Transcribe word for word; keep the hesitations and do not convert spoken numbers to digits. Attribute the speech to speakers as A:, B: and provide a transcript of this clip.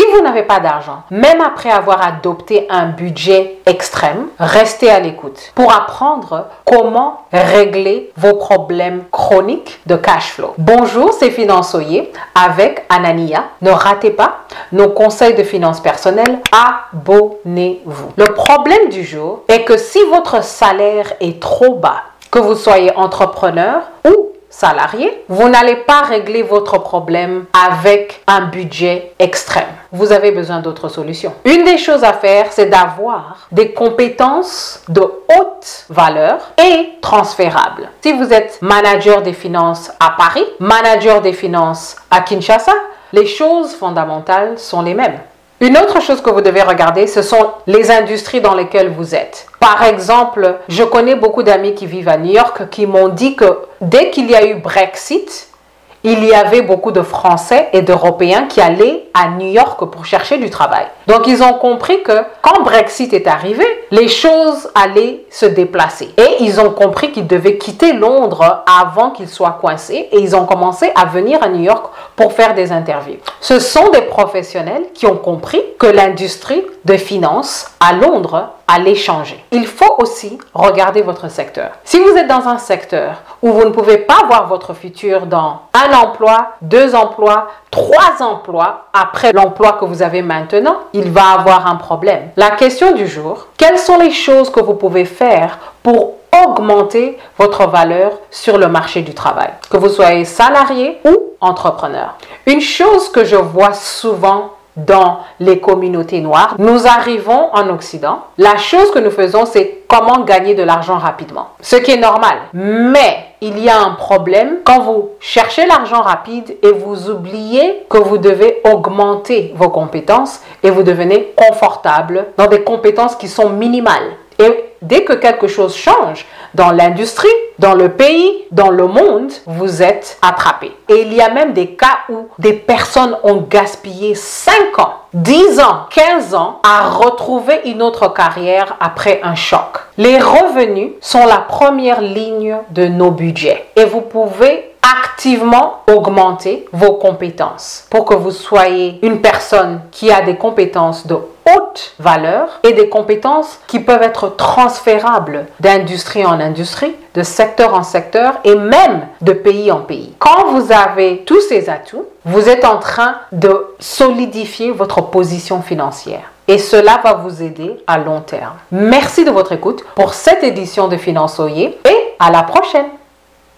A: vous n'avez pas d'argent, même après avoir adopté un budget extrême, restez à l'écoute pour apprendre comment régler vos problèmes chroniques de cash flow. Bonjour, c'est Finançoyer avec Anania. Ne ratez pas nos conseils de finances personnelles. Abonnez-vous. Le problème du jour est que si votre salaire est trop bas, que vous soyez entrepreneur ou salarié, vous n'allez pas régler votre problème avec un budget extrême. Vous avez besoin d'autres solutions. Une des choses à faire, c'est d'avoir des compétences de haute valeur et transférables. Si vous êtes manager des finances à Paris, manager des finances à Kinshasa, les choses fondamentales sont les mêmes. Une autre chose que vous devez regarder, ce sont les industries dans lesquelles vous êtes. Par exemple, je connais beaucoup d'amis qui vivent à New York qui m'ont dit que dès qu'il y a eu Brexit, il y avait beaucoup de Français et d'Européens qui allaient à New York pour chercher du travail. Donc, ils ont compris que quand Brexit est arrivé, les choses allaient se déplacer. Et ils ont compris qu'ils devaient quitter Londres avant qu'ils soient coincés. Et ils ont commencé à venir à New York pour faire des interviews. Ce sont des professionnels qui ont compris que l'industrie de finance à Londres allait changer. Il faut aussi regarder votre secteur. Si vous êtes dans un secteur où vous ne pouvez pas voir votre futur dans un emploi, deux emplois, trois emplois après l'emploi que vous avez maintenant, il va avoir un problème. La question du jour, quelles sont les choses que vous pouvez faire pour augmenter votre valeur sur le marché du travail, que vous soyez salarié ou entrepreneur? Une chose que je vois souvent dans les communautés noires, nous arrivons en Occident. La chose que nous faisons, c'est comment gagner de l'argent rapidement. Ce qui est normal. Mais il y a un problème quand vous cherchez l'argent rapide et vous oubliez que vous devez augmenter vos compétences et vous devenez confortable dans des compétences qui sont minimales. Et dès que quelque chose change dans l'industrie, dans le pays, dans le monde, vous êtes attrapé. Et il y a même des cas où des personnes ont gaspillé cinq ans, dix ans, quinze ans à retrouver une autre carrière après un choc. Les revenus sont la première ligne de nos budgets et vous pouvez activement augmenter vos compétences pour que vous soyez une personne qui a des compétences de haute valeur et des compétences qui peuvent être transférables d'industrie en industrie, de secteur en secteur et même de pays en pays. Quand vous avez tous ces atouts, vous êtes en train de solidifier votre position financière. Et cela va vous aider à long terme. Merci de votre écoute pour cette édition de Finançoyer et à la prochaine.